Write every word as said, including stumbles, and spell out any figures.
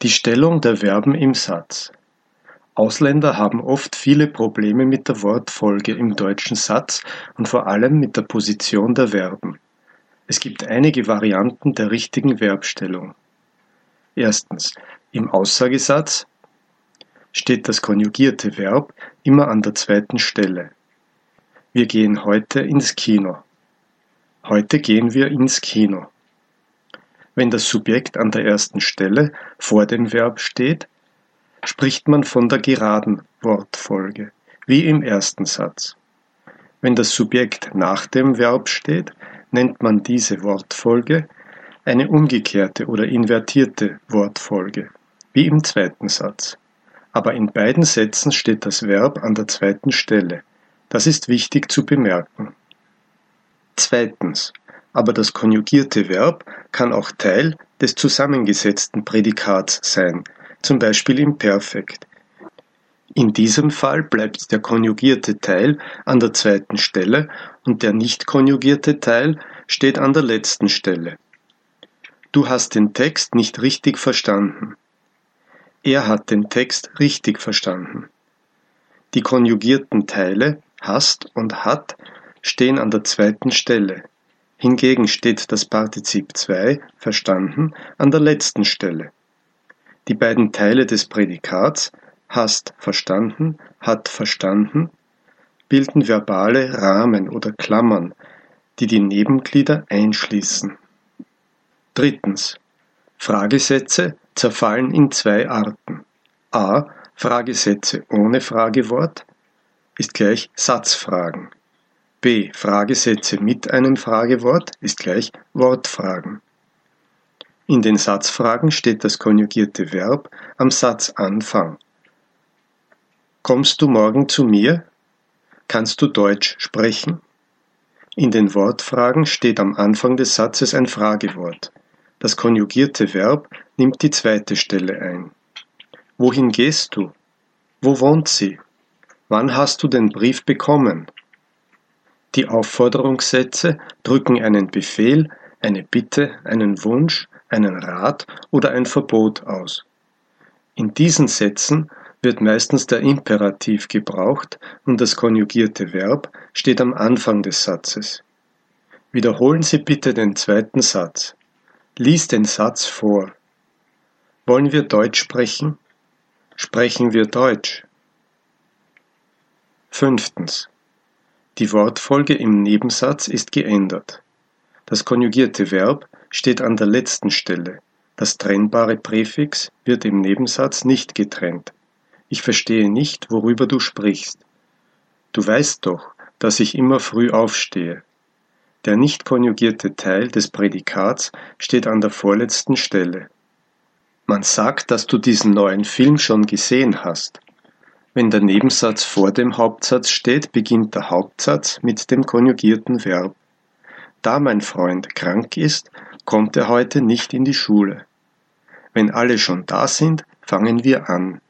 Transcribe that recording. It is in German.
Die Stellung der Verben im Satz. Ausländer haben oft viele Probleme mit der Wortfolge im deutschen Satz und vor allem mit der Position der Verben. Es gibt einige Varianten der richtigen Verbstellung. Erstens. Im Aussagesatz steht das konjugierte Verb immer an der zweiten Stelle. Wir gehen heute ins Kino. Heute gehen wir ins Kino. Wenn das Subjekt an der ersten Stelle vor dem Verb steht, spricht man von der geraden Wortfolge, wie im ersten Satz. Wenn das Subjekt nach dem Verb steht, nennt man diese Wortfolge eine umgekehrte oder invertierte Wortfolge, wie im zweiten Satz. Aber in beiden Sätzen steht das Verb an der zweiten Stelle. Das ist wichtig zu bemerken. Zweitens. Aber das konjugierte Verb kann auch Teil des zusammengesetzten Prädikats sein, zum Beispiel im Perfekt. In diesem Fall bleibt der konjugierte Teil an der zweiten Stelle und der nicht konjugierte Teil steht an der letzten Stelle. Du hast den Text nicht richtig verstanden. Er hat den Text richtig verstanden. Die konjugierten Teile hast und hat stehen an der zweiten Stelle. Hingegen steht das Partizip zwei, verstanden, an der letzten Stelle. Die beiden Teile des Prädikats, hast verstanden, hat verstanden, bilden verbale Rahmen oder Klammern, die die Nebenglieder einschließen. Drittens. Fragesätze zerfallen in zwei Arten. A. Fragesätze ohne Fragewort ist gleich Satzfragen. B. Fragesätze mit einem Fragewort ist gleich Wortfragen. In den Satzfragen steht das konjugierte Verb am Satzanfang. Kommst du morgen zu mir? Kannst du Deutsch sprechen? In den Wortfragen steht am Anfang des Satzes ein Fragewort. Das konjugierte Verb nimmt die zweite Stelle ein. Wohin gehst du? Wo wohnt sie? Wann hast du den Brief bekommen? Die Aufforderungssätze drücken einen Befehl, eine Bitte, einen Wunsch, einen Rat oder ein Verbot aus. In diesen Sätzen wird meistens der Imperativ gebraucht und das konjugierte Verb steht am Anfang des Satzes. Wiederholen Sie bitte den zweiten Satz. Lies den Satz vor. Wollen wir Deutsch sprechen? Sprechen wir Deutsch? Fünftens. Die Wortfolge im Nebensatz ist geändert. Das konjugierte Verb steht an der letzten Stelle. Das trennbare Präfix wird im Nebensatz nicht getrennt. Ich verstehe nicht, worüber du sprichst. Du weißt doch, dass ich immer früh aufstehe. Der nicht konjugierte Teil des Prädikats steht an der vorletzten Stelle. Man sagt, dass du diesen neuen Film schon gesehen hast. Wenn der Nebensatz vor dem Hauptsatz steht, beginnt der Hauptsatz mit dem konjugierten Verb. Da mein Freund krank ist, kommt er heute nicht in die Schule. Wenn alle schon da sind, fangen wir an.